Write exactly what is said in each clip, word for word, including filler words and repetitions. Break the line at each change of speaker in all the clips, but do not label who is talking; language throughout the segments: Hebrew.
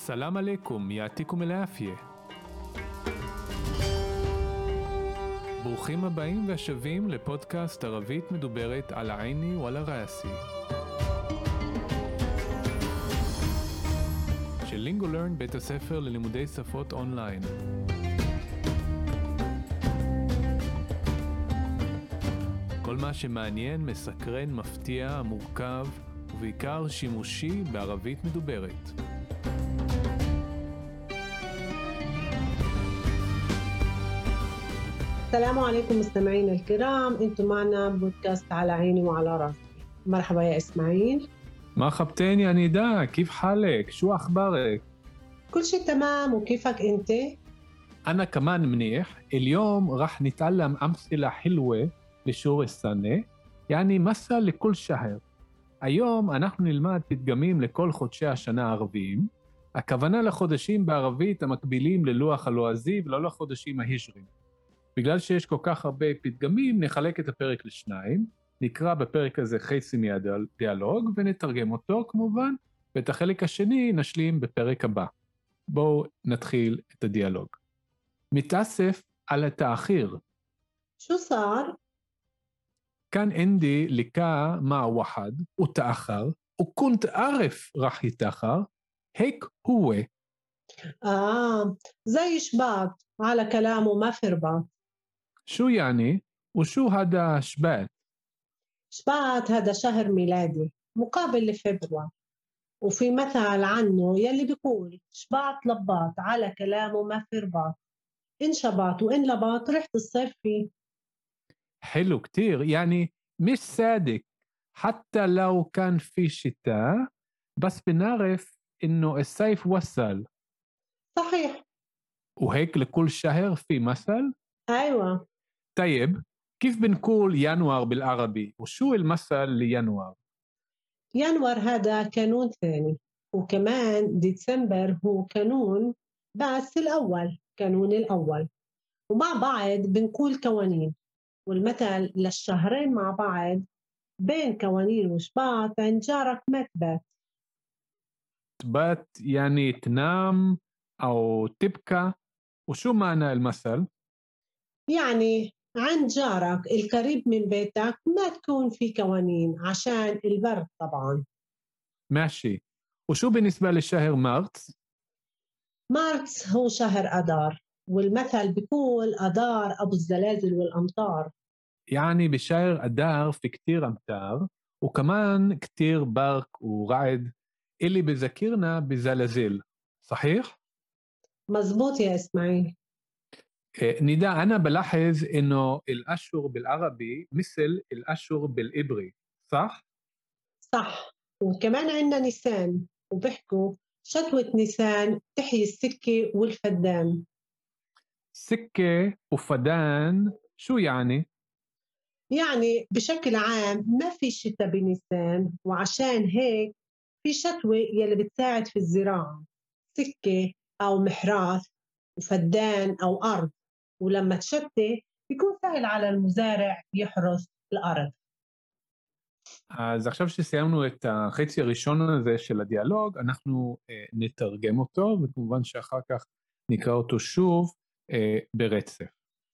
السلام عليكم يعطيكم العافية. ברוכים הבאים והשבים לפודקאסט ערבית מדוברת על העיני ועל הראסי של לינגולרן, בית הספר ללימודי שפות אונליין. כל מה שמעניין, מסקרן, מפתיע, מורכב ובעיקר שימושי בערבית מדוברת.
السلام عليكم مستمعينا الكرام، انتم معنا بودكاست على عيني وعلى راسي. مرحبا يا اسماعيل.
مرحبتين يا نداء، كيف حالك؟ شو أخبارك؟
كل شيء تمام، وكيفك انت؟
أنا كمان منيح. اليوم راح نتعلم أمثلة حلوة لشهور السنة، يعني مثل لكل شهر. היום אנחנו נלמד פתגמים לכל חודשי השנה הערביים. הכוונה לחודשים בערבית המקבילים ללוח הלועזי ולא לחודשים ההיג'ריים. בגלל שיש כל כך הרבה פתגמים, נחלק את הפרק לשניים, נקרא בפרק הזה חצי מהדיאלוג ונתרגם אותו כמובן, ואת החלק השני נשלים בפרק הבא. בואו נתחיל את הדיאלוג. מתאסף על התאחיר.
شو صار؟
كان عندي لقاء مع واحد وتأخر وكنت أعرف راح يتأخر، هيك هو.
آه زي شباط، على كلامه ما في رباط.
شو يعني؟ وشو هذا شبات؟
شباط هذا شهر ميلادي مقابل لفبراير، وفي مثل عنه يلي بيقول شباط لباط، على كلامه ما في رباط. إن شباط وإن لباط رحت الصيف فيه.
حلو كتير، يعني مش صادق حتى لو كان في شتاء، بس بنعرف إنه الصيف وصل.
صحيح.
وهيك لكل شهر في مثل؟
أيوة.
طيب كيف بنقول يناير بالعربي؟ وشو المثل ليناير؟
يناير هذا كانون ثاني، وكمان ديسمبر هو كانون بس الأول، كانون الأول. ومع بعض بنقول كوانين، والمثل للشهرين مع بعض بين كوانين وشباط عند جارك ما تبات.
تبات يعني تنام أو تبكى. وشو معنى المثل؟
يعني عند جارك القريب من بيتك ما تكون في كوانين عشان البرد طبعا.
ماشي. وشو بالنسبة للشهر مارس؟
مارس هو شهر أدار، والمثل بيقول أدار أبو الزلازل والأمطار.
يعني بشهر أدار في كتير أمطار وكمان كتير برق ورعد اللي بذكرنا بزلازل، صحيح؟
مزبوط يا إسماعيل.
نداء، أنا بلاحظ إنه الأشهر بالعربي مثل الأشهر بالإبري، صح؟
صح. وكمان عندنا نيسان، وبحكوا شتوة نيسان تحيي السكة والفدان.
سكة وفدان شو يعني؟
يعني بشكل عام ما في شتاء بنيسان، وعشان هيك في شتوة يلي بتساعد في الزراعة، سكة أو محراث، وفدان أو أرض. ولما تشتي بيكون سهل على المزارع يحرث الأرض.
אז עכשיו שסיימנו את החצי הראשון הזה של הדיאלוג, אנחנו אה, נתרגם אותו, וכמובן שאחר כך נקרא אותו שוב אה, ברצף.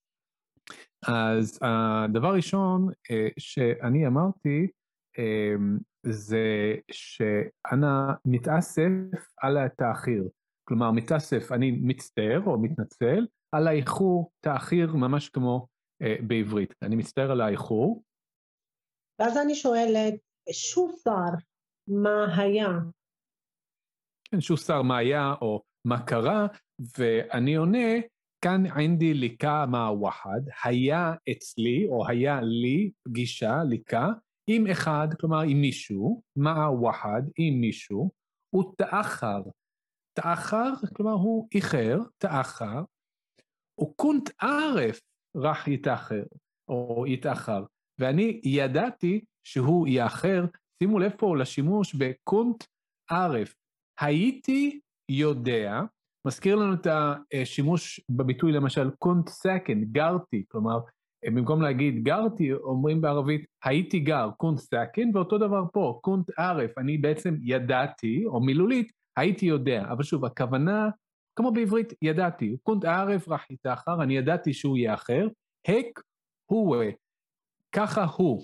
אז הדבר הראשון אה, שאני אמרתי, אה, זה שאנה מתאסף על התאחיר. כלומר, מתאסף, אני מצטער או מתנצל, על האיחור, תאחיר ממש כמו אה, בעברית. אני מצטער על האיחור.
ואז אני שואלת, שו שר? מה היה?
כן, שו שר, מה היה או מה קרה, ואני עונה, כאן עינדי ליקה מה וחד, היה אצלי או היה לי פגישה, ליקה, עם אחד, כלומר עם מישהו, מה וחד, עם מישהו, הוא תאחר. תאחר, כלומר הוא איחר, תאחר, וכונט ערף רח יתאחר, או יתאחר. ואני ידעתי שהוא יאחר, שימו לב פה לשימוש בקונט ערף. הייתי יודע, מזכיר לנו את השימוש בביטוי למשל קונט סקן, גרתי, כלומר, במקום להגיד גרתי, אומרים בערבית הייתי גר, קונט סקן, ואותו דבר פה, קונט ערף, אני בעצם ידעתי, או מילולית, הייתי יודע, אבל שוב, הכוונה, כמו בעברית, ידעתי, קונט ערף רח יתאחר, אני ידעתי שהוא יהיה אחר, הק הוא, ככה הוא.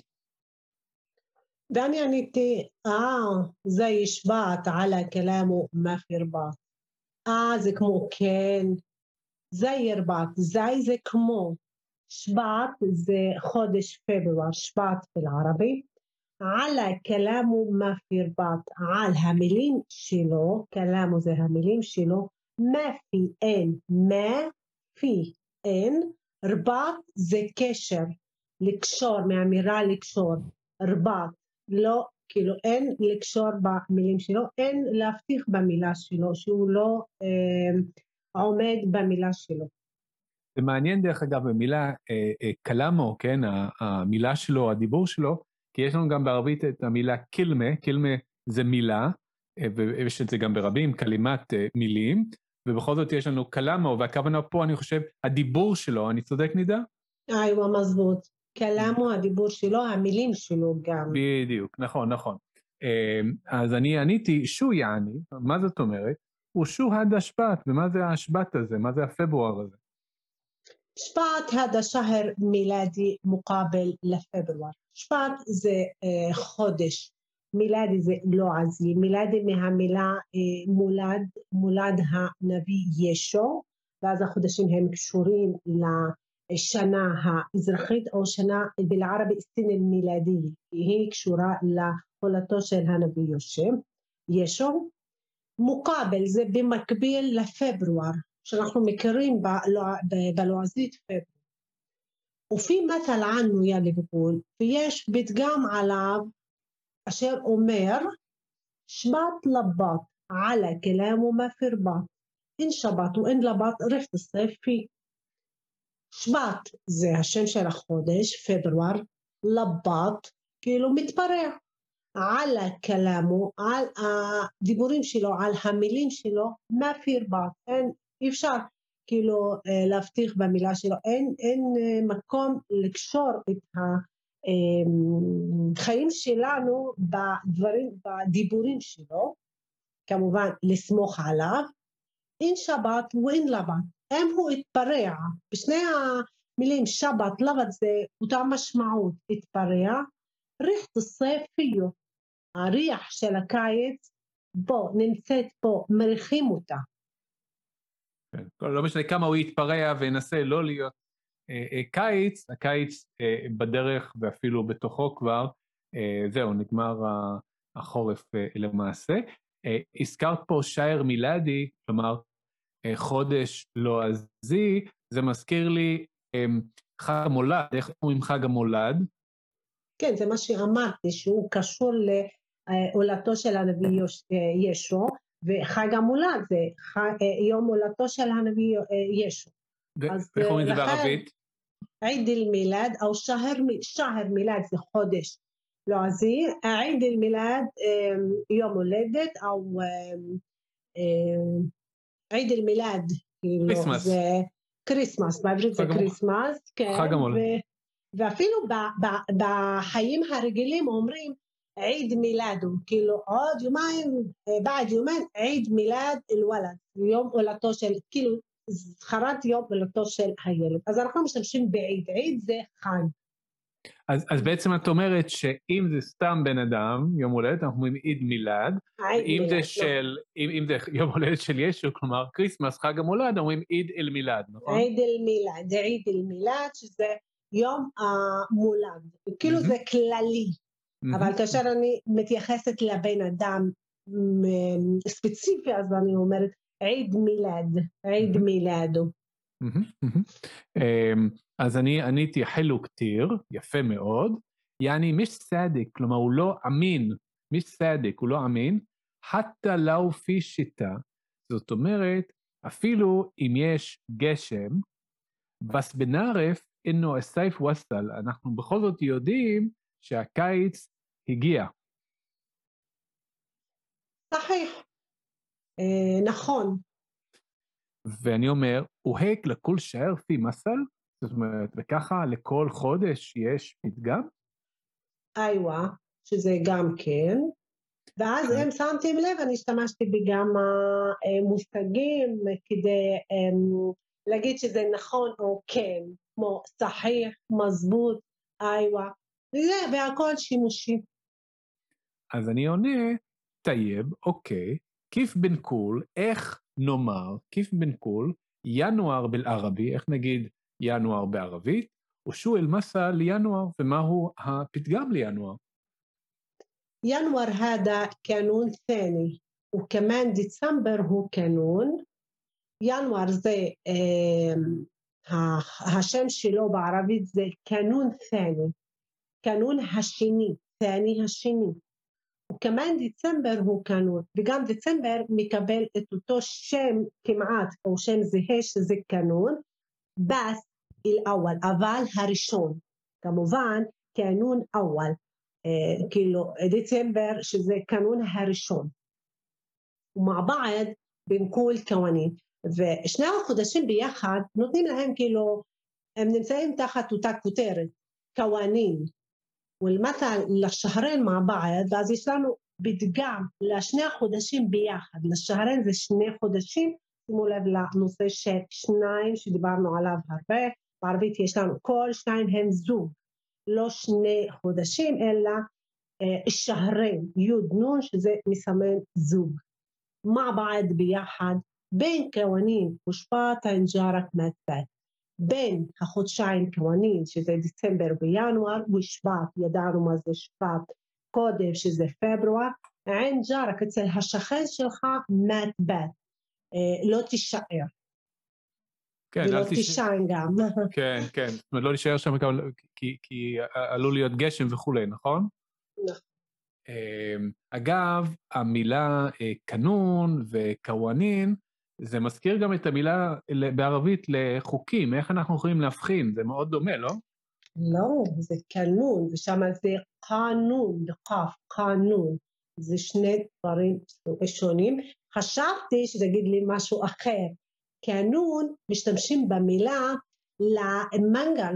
ואני עניתי, אה, زي شبعت على كلامه ما في رباط. אה, זה כמו כן, زي رباط, زي זה כמו, شبعت זה חודש פברואר, شبعت بالعربي, على كلامه ما في رباط, על המילים שלו, كلامه זה המילים שלו, ما في אין, ما في אין, رباط זה קשר, לקשור, מאמירה לקשור, רבט, לא, כאילו אין לקשור במילים שלו, אין להבטיח במילה שלו, שהוא לא אה, עומד במילה שלו.
זה מעניין דרך אגב במילה אה, אה, קלאמו, כן, המילה שלו, הדיבור שלו, כי יש לנו גם בערבית את המילה קילמה, קילמה זה מילה, אה, ויש את זה גם ברבים, קלימת אה, מילים, ובכל זאת יש לנו קלאמו, והכוונה פה אני חושב, הדיבור שלו, אני צודק נידה?
איווה מזבוט. כלאמו, הדיבור שלו, המילים שלו גם.
בדיוק, נכון, נכון. אז אני עניתי, שו יעני, מה זאת אומרת? הוא שו הד השבט, ומה זה השבט הזה? מה זה הפברואר הזה?
شباط هذا شهر ميلادي مقابل لفبراير. شباط זה uh, חודש, מילדי זה לועזי, מילדי מהמילה uh, מולד, מולד הנביא ישו, ואז החודשים הם קשורים לשנה האזרחית או שנה בלערבי סין מילדי, היא קשורה להולדתו של הנביא ישו, ישו. מוקבל זה במקביל לפברואר, שאנחנו מכירים בלועזית פברואר. وفي مثل عنه يلي بيقول فيش بتقام على أشير أمير شباط لباط على كلامه ما في رباط إن شباط وإن لباط ريحة الصيف فيه. شباط زي هالشم شرح خودش فبراير لباط كيلو متبرع على كلامه على דיבורים שלו, על המילים שלו, מה في رباط, אין, אי אפשר כאילו להבטיח במילה שלו, אין, אין מקום לקשור את החיים שלנו בדברים, בדיבורים שלו, כמובן לסמוך עליו, אין שבת ואין לבט, אם הוא התפרע, בשני המילים שבת, לבט זה אותה משמעות, התפרע, ריחת הסייף פיו, הריח של הקיץ, בו, נמצאת פה, מריחים אותה.
לא משנה כמה הוא יתפרע וינסה לא להיות אה, אה, קיץ, הקיץ אה, בדרך ואפילו בתוכו כבר, אה, זהו, נגמר החורף אה, למעשה. אה, הזכרת פה שייר מילדי, כלומר אה, חודש לועזי, זה מזכיר לי אה, חג המולד, איך אומרים חג המולד?
כן, זה מה שאמרתי, שהוא קשור להולדתו של הנביא ישו, וחג המולד זה יום הולדתו של הנביא ישו.
ואיך אומרים את זה בערבית?
עיד אל-מילד, או שהר מילד זה חודש לועזי, עיד אל-מילד יום הולדת, או עיד אל-מילד, זה קריסמס, בעברית זה קריסמס,
חג המולד.
ואפילו בחיים הרגילים אומרים עיד מילדו, כאילו עוד יומיים, בעד יומיים, עיד מילד אל-וולד, יום הולדתו של, כאילו זכרת יום הולדתו של הילד. אז אנחנו משתמשים בעיד, עיד זה חג.
אז, אז בעצם את אומרת שאם זה סתם בן אדם, יום הולדת, אנחנו אומרים עיד מילד, אם זה של, אם, אם זה יום הולדת של ישו, כלומר קריסמס, חג המולד, אומרים עיד אל מילד, נכון?
עיד אל מילד, זה עיד אל מילד, שזה יום המולד, כאילו זה כללי, אבל כאשר אני מתייחסת לבן אדם ספציפי, אז אני אומרת עיד מילד, עיד מילדו.
אז אני עניתי חלו כתיר, יפה מאוד, יעני מיש סדק, כלומר הוא לא אמין, מיש סדק, הוא לא אמין, חתא לאו פי שיטה, זאת אומרת, אפילו אם יש גשם, בס בנערף, אינו הסייף וסל, אנחנו בכל זאת יודעים שהקיץ הגיע.
صحيح, נכון.
ואני אומר, הוא הק לכל שער פי מסל, זאת אומרת, וככה לכל חודש יש פתגם?
איווה, שזה גם כן. ואז אם שמתם לב, אני השתמשתי בכמה מושגים כדי להגיד שזה נכון או כן, כמו סחיח, מזבוט, איווה, וזה, והכל שימושי.
אז אני עונה, טייב, אוקיי, כיף בן קול, איך נאמר, כיף בן קול, ינואר בערבי, איך נגיד ינואר בערבית, ושו אל מסע לינואר, ומהו הפתגם לינואר?
ינואר هذا קנון ثاني, וכמן דצמבר הוא קנון, ינואר זה, אה, השם שלו בערבית זה קנון ثاني, קנון השני, ثاني השני. וכמן דצמבר הוא קנון, וגם דצמבר מקבל את אותו שם כמעט, או שם זהה שזה קנון, בס אל-אוול, אבל הראשון, כמובן קנון אוול, אה, כאילו דצמבר שזה קנון הראשון, ומע בעד בנקול קוונין, ושני החודשים ביחד נותנים להם כאילו, הם נמצאים תחת אותה כותרת, קוונין, ולמתן לשהרן מע בעד, ואז יש לנו בדגם לשני החודשים ביחד, לשהרן זה שני חודשים, שימו לב לנושא של שניים שדיברנו עליו הרבה, בערבית יש לנו כל שניים הם זוג, לא שני חודשים, אלא אה, שהרן, יוד נון, שזה מסמן זוג. מע בעד ביחד, בין קוונין ושבט אינג'ארק מתבת, בין החודשיים קוונין, שזה דצמבר וינואר, ושבט, ידענו מה זה שבט, קודם שזה פברואר, אינג'ארק אצל השכן שלך מתבת, אה, לא תישאר.
כן,
ולא
אל תיש-
תישן גם.
כן, כן, זאת אומרת, לא להישאר שם, כי, כי עלול להיות גשם וכולי, נכון?
נכון.
אמ, אגב, המילה אה, קנון וקוונין, זה מזכיר גם את המילה ל- בערבית לחוקים, איך אנחנו יכולים להבחין? זה מאוד דומה, לא?
לא, זה קנון, ושם זה קנון, בקף, קנון. זה שני דברים שונים. חשבתי שתגיד לי משהו אחר. קנון, משתמשים במילה למנגל.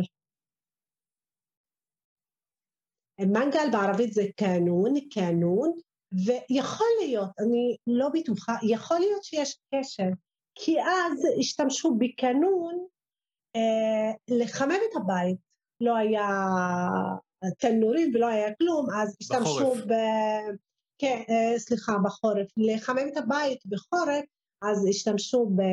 מנגל בערבית זה קנון, קנון, ויכול להיות, אני לא בטוחה, יכול להיות שיש קשר, כי אז השתמשו בקנון אה, לחמם את הבית, לא היה תנורים ולא היה כלום, אז השתמשו
בחורף.
ב... כן, אה, סליחה, בחורף, לחמם את הבית בחורף, אז השתמשו ב...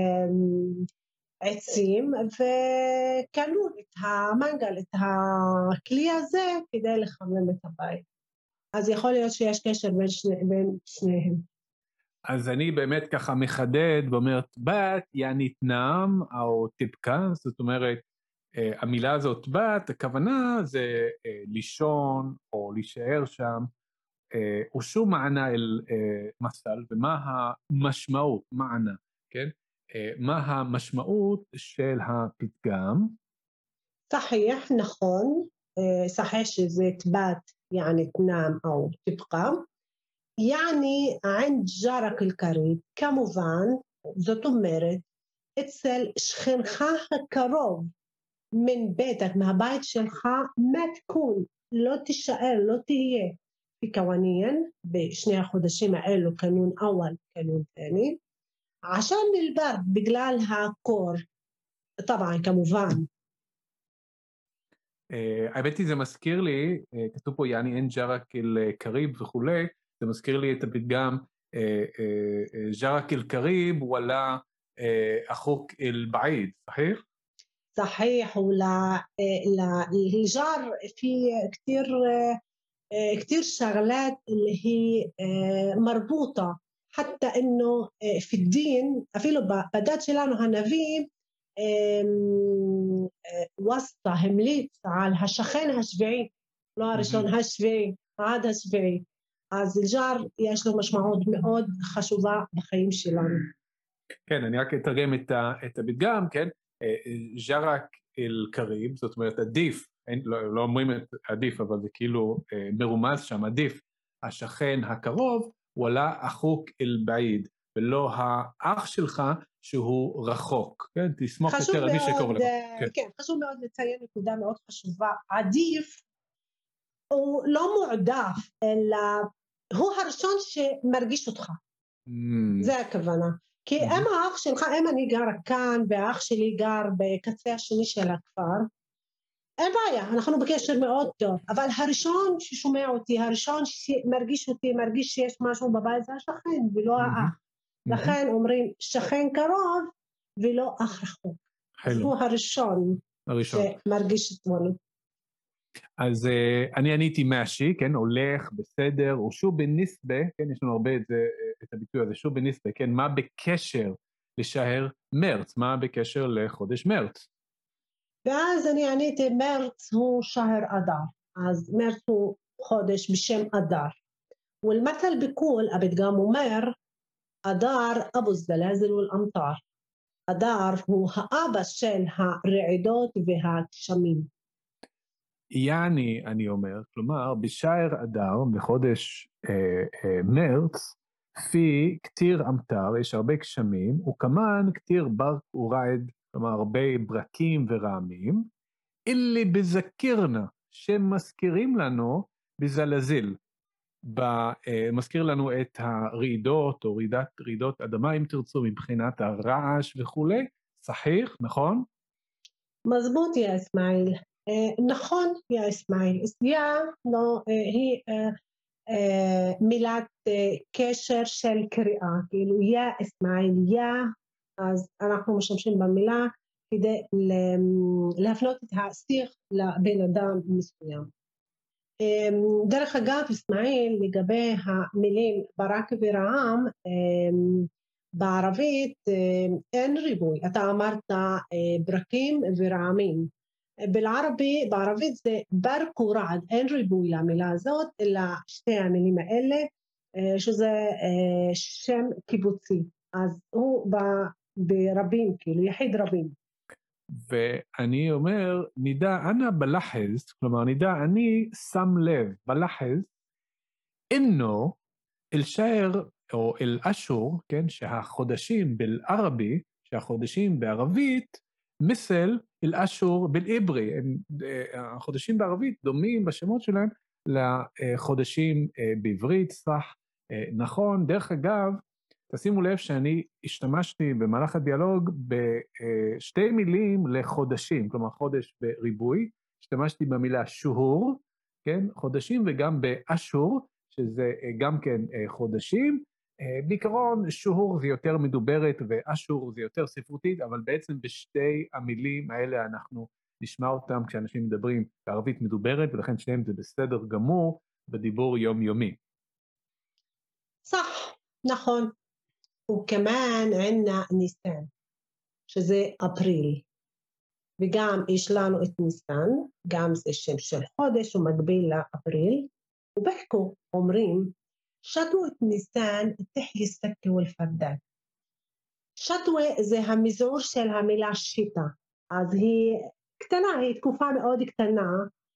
עצים וקנו את המנגל, את הכלי הזה כדי לחמם את הבית. אז יכול להיות שיש קשר בין, שני, בין שניהם.
אז אני באמת ככה מחדד ואומרת, בת, יעני תנאם, או טיפקה, זאת אומרת, אה, המילה הזאת בת, הכוונה זה אה, לישון או להישאר שם, אה, ושום מענה אל אה, מסל, ומה המשמעות, מענה, כן? אה, מה המשמעות של הפתגם?
صحيح, נכון, صحيح שזה تبات يعني تنام أو تبقى يعني عند جارك القريب, כמובן, זאת אומרת, אצל שכנך הקרוב מן ביתך, מהבית שלך, מה תכון, לא תישאר, לא תהיה. בקוונין, בשני החודשים האלו, קנון אוול, קנון תני, עשן נלבר, בגלל הקור, טבען, כמובן.
Uh, האמת היא זה מזכיר לי, uh, כתוב פה יעני אין ג'רק אל קריב וכולי, זה מזכיר לי את הפתגם ג'רק אל קריב וואלה אחוק אל בעיד, صحيح?
صحيح, ולג'ר في كتير كتير شغلات اللي هي مربوطة, حتى إنه في الدين אפילו בדת שלנו הנביא ווסטה, המליץ על השכן השביעי, לא הראשון, השביעי, עד השביעי. אז ג'ר יש לו משמעות מאוד חשובה בחיים שלנו.
כן, אני רק אתרגם את, ה, את הפתגם, כן? ג'רק אל קריב, זאת אומרת עדיף, אין, לא, לא אומרים את עדיף, אבל זה כאילו אה, מרומז שם, עדיף, השכן הקרוב, וואלה אחוק אל בעיד, ולא האח שלך שהוא רחוק, כן? תסמוך יותר על מי שקרוב לך.
כן. כן, חשוב מאוד לציין נקודה מאוד חשובה, עדיף הוא לא מועדף, אלא הוא הראשון שמרגיש אותך.
Mm,
זה הכוונה. כי
mhm.
אם האח שלך, אם אני גרה כאן והאח שלי גר בקצה השני של הכפר, אין בעיה, אנחנו בקשר מאוד טוב, אבל הראשון ששומע אותי, הראשון שמרגיש אותי, מרגיש שיש משהו בבית, זה השכן ולא האח.
Mhm.
לכן אומרים שכן קרוב ולא אח רחוק. אז
حلو.
הוא הראשון
הראשון.
שמרגיש אתמול.
אז uh, אני עניתי מאשי, כן, הולך, בסדר, או שוב בניסבה, כן, יש לנו הרבה את, זה, את הביטוי הזה, שוב בניסבה, כן, מה בקשר לשהר מרץ, מה בקשר לחודש מרץ?
ואז אני עניתי, מרץ הוא שהר אדר, אז מרץ הוא חודש בשם אדר. والمثل بيقول הפתגם אומר, אדר אבו الزلازل والأمطار. אדר הוא האבא של הרעידות והגשמים.
יעני, אני אומר, כלומר, בשער אדר, בחודש אה, אה, מרץ, פי כתיר אמתר, יש הרבה גשמים, וכמן כתיר ברק ורעד, כלומר, הרבה ברקים ורעמים, אילי בזכירנה, שמזכירים לנו בזלזיל, מזכיר לנו את הרעידות, או רעידת, רעידות אדמה, אם תרצו, מבחינת הרעש וכולי, סחיח, נכון?
מזבוט יא אסמאעיל. נכון יא אסמאעיל. יא לא, היא מילת קשר של קריאה, כאילו יא אסמאעיל, יא, אז אנחנו משתמשים במילה כדי להפנות את השיח לבן אדם מסוים. דרך אגב, אסמאעיל, לגבי המילים ברק ורעם, בערבית אין ריבוי, אתה אמרת ברקים ורעמים, בלערבי, בערבית זה ברק ורעד, אין ריבוי למילה הזאת, אלא שתי המילים האלה, שזה שם קיבוצי, אז הוא ברבים, כאילו יחיד רבים.
ואני אומר, נידע, אנא בלחז, כלומר, נידע, אני שם לב, בלחז, אינו אל שער, או אל אשור, כן, שהחודשים בערבי, שהחודשים בערבית, מסל אל אשור בעברי, החודשים בערבית דומים בשמות שלהם לחודשים בעברית, סח, נכון, דרך אגב, תשימו לב שאני השתמשתי במהלך הדיאלוג בשתי מילים לחודשים, כלומר חודש בריבוי, השתמשתי במילה שוהור, כן, חודשים, וגם באשור, שזה גם כן חודשים, בעיקרון שוהור זה יותר מדוברת ואשור זה יותר ספרותית, אבל בעצם בשתי המילים האלה אנחנו נשמע אותם כשאנשים מדברים בערבית מדוברת, ולכן שניהם זה בסדר גמור בדיבור יומיומי.
صح, נכון. וכמן ענה ניסן, שזה אפריל, וגם יש לנו את ניסן, גם זה שם של חודש ומקביל לאפריל, ובחקו אומרים, שתו את ניסן תחי סקה ולפרדן. שתווה זה המזעור של המילה שיטה, אז היא קטנה, היא תקופה מאוד קטנה,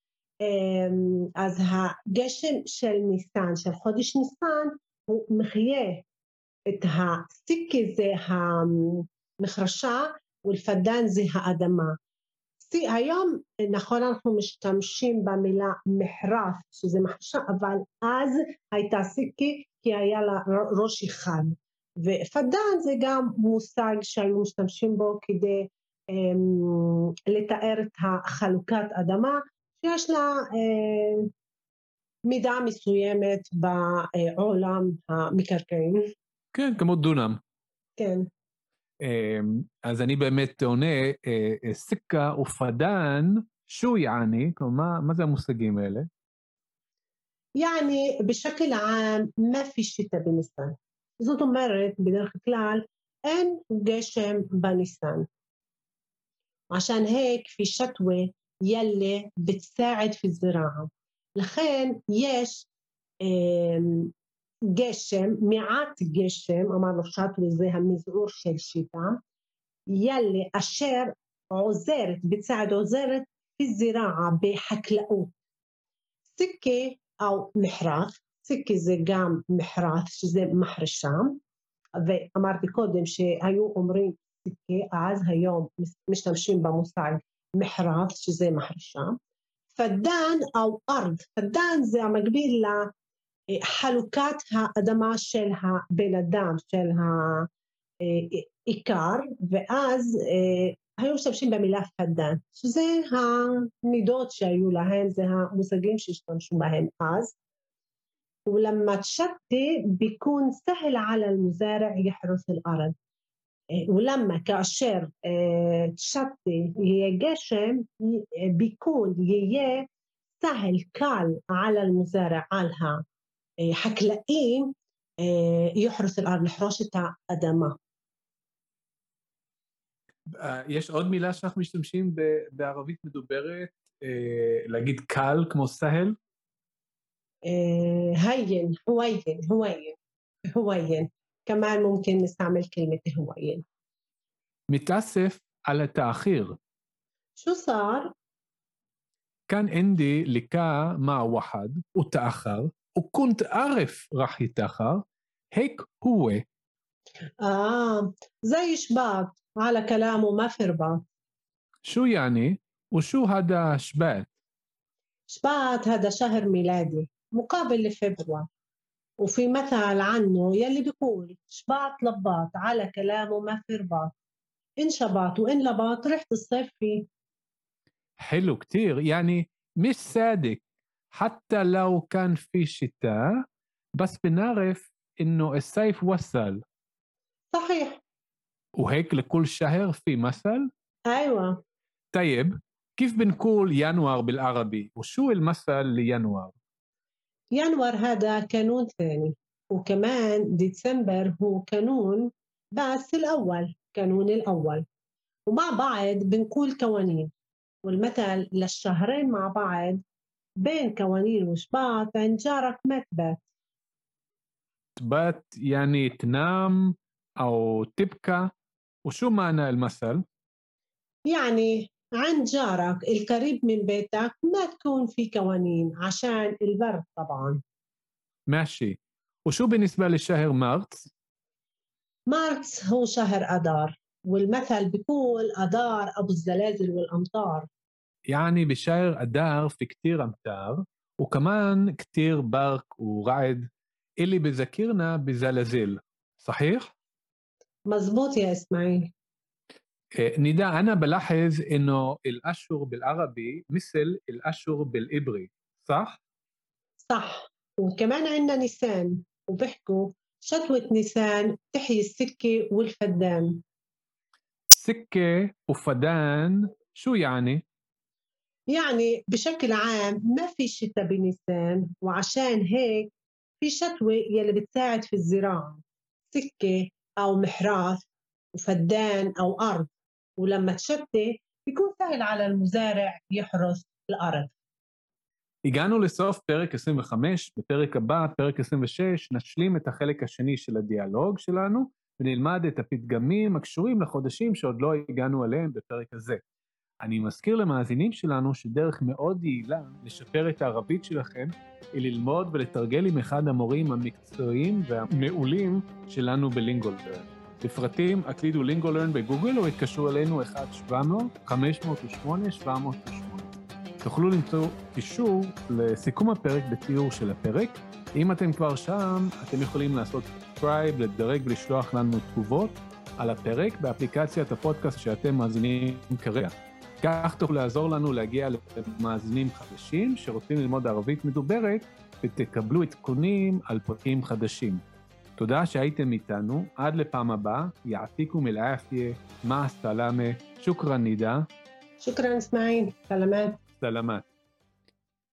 אז הגשם של ניסן, של חודש ניסן, הוא מחיה את הסיקי זה המחרשה, ולפדן זה האדמה. היום נכון אנחנו משתמשים במילה מחרף, שזה מחרשה, אבל אז הייתה סיקי כי היה לה ראש אחד. ופדן זה גם מושג שהיו משתמשים בו כדי um, לתאר את החלוקת אדמה, שיש לה uh, מידה מסוימת בעולם המקרקעין.
כן, כמו דונם.
כן.
אז אני באמת עונה, סיקה ופדן, שו יעני, כלומר, מה זה המושגים האלה?
יעני, בשקל העם, מה פי שיטה בניסן. זאת אומרת, בדרך כלל, אין גשם בניסן. עשן היק, פי שתווה, ילה, בצעד פי זרעה. לכן, יש אה, גשם, מעט גשם, אמרנו שתווה זה המזעור של שיטה, ילה, אשר עוזרת, בצעד עוזרת, פי זרעה, בחקלאות. סיקי, או מחרף, סיקי זה גם מחרף, שזה מחרשה, ואמרתי קודם שהיו אומרים סיקי, אז היום משתמשים במושג מחרף, שזה מחרשה. פדן או ארד, פדן זה המקביל חלוקת האדמה של הבן אדם, של העיקר, ואז היו משתמשים במילה פדן, שזה המידות שהיו להם, זה המושגים שהשתמשו בהם אז. ولما تشتي بيكون سهل على المزارع يحرث الأرض. ولما كأشر تشتي هي جشم بيكون هي سهل كال على المزارع علها حكلائين يحرث الأرض لحراشة أدمة.
יש עוד מילה שאנחנו משתמשים בערבית מדוברת, להגיד קל כמו סהל?
هين هوين هوين هوين كمان ممكن نستعمل كلمة هوين.
متأسف على التأخير.
شو صار؟
كان عندي لقاء مع واحد وتأخر وكنت أعرف راح يتأخر هيك هو.
آه زي شباط على كلامه ما في رباط.
شو يعني؟ وشو هذا شباط؟
شباط هذا شهر ميلادي مقابل لفبراير، وفي مثل عنه يلي بيقول شباط لباط على كلامه ما في رباط، إن شباط وإن لباط رح الصيف فيه.
حلو كتير، يعني مش صادق حتى لو كان في شتاء بس بنعرف إنه الصيف وصل.
صحيح.
وهيك لكل شهر في مثل؟
أيوة.
طيب كيف بنقول يناير بالعربي وشو المثل ليناير؟
يناير هذا كانون ثاني، وكمان ديسمبر هو كانون بس الأول، كانون الأول، ومع بعض بنقول كوانين، والمثل للشهرين مع بعض بين كوانين وشباط عند جارك ما تبات.
تبات يعني تنام أو تبكى، وشو معنى المثل؟
يعني عند جارك القريب من بيتك ما تكون في كوانين عشان البرد طبعاً.
ماشي. وشو بالنسبة للشهر مارس؟
مارس هو شهر أدار، والمثل بيقول أدار أبو الزلازل والأمطار.
يعني بشهر أدار في كتير أمطار وكمان كتير برق ورعد اللي بذكرنا بزلازل، صحيح؟
مزبوط يا إسماعيل.
ندى أنا بلاحظ إنه الأشهر بالعربي مثل الأشهر بالإبري، صح؟
صح، وكمان عندنا نيسان وبحكوا شتوة نيسان تحيي السكة والفدان.
سكة وفدان شو يعني؟
يعني بشكل عام ما في شتاء بنيسان، وعشان هيك في شتوة يلي بتساعد في الزراعة، سكة أو محراث وفدان أو أرض، ولما تشتي بيكون سهل على المزارع يحرث الأرض.
הגענו לסוף פרק עשרים וחמש, בפרק הבא, פרק עשרים ושש, נשלים את החלק השני של הדיאלוג שלנו, ונלמד את הפתגמים הקשורים לחודשים שעוד לא הגענו אליהם בפרק הזה. אני מזכיר למאזינים שלנו שדרך מאוד יעילה לשפר את הערבית שלכם, היא ללמוד ולתרגל עם אחד המורים המקצועיים והמעולים שלנו בלינגולרן. לפרטים, הקלידו לינגולרן בגוגל או התקשרו אלינו אחד שבע מאות חמש מאות ושמונה שבע מאות ושמונה. תוכלו למצוא קישור לסיכום הפרק בתיאור של הפרק. אם אתם כבר שם, אתם יכולים לעשות סאבסקרייב, לדרג ולשלוח לנו תגובות על הפרק באפליקציית הפודקאסט שאתם מאזינים כרגע. כך תוכלו לעזור לנו להגיע למאזינים חדשים שרוצים ללמוד ערבית מדוברת ותקבלו עדכונים על פרקים חדשים. תודה שהייתם איתנו, עד לפעם הבאה, יעתיקום אל-עאפיה, מע סלאמה, שוקרן נידה.
شكراً إسماعيل، سلامات.
سلامات.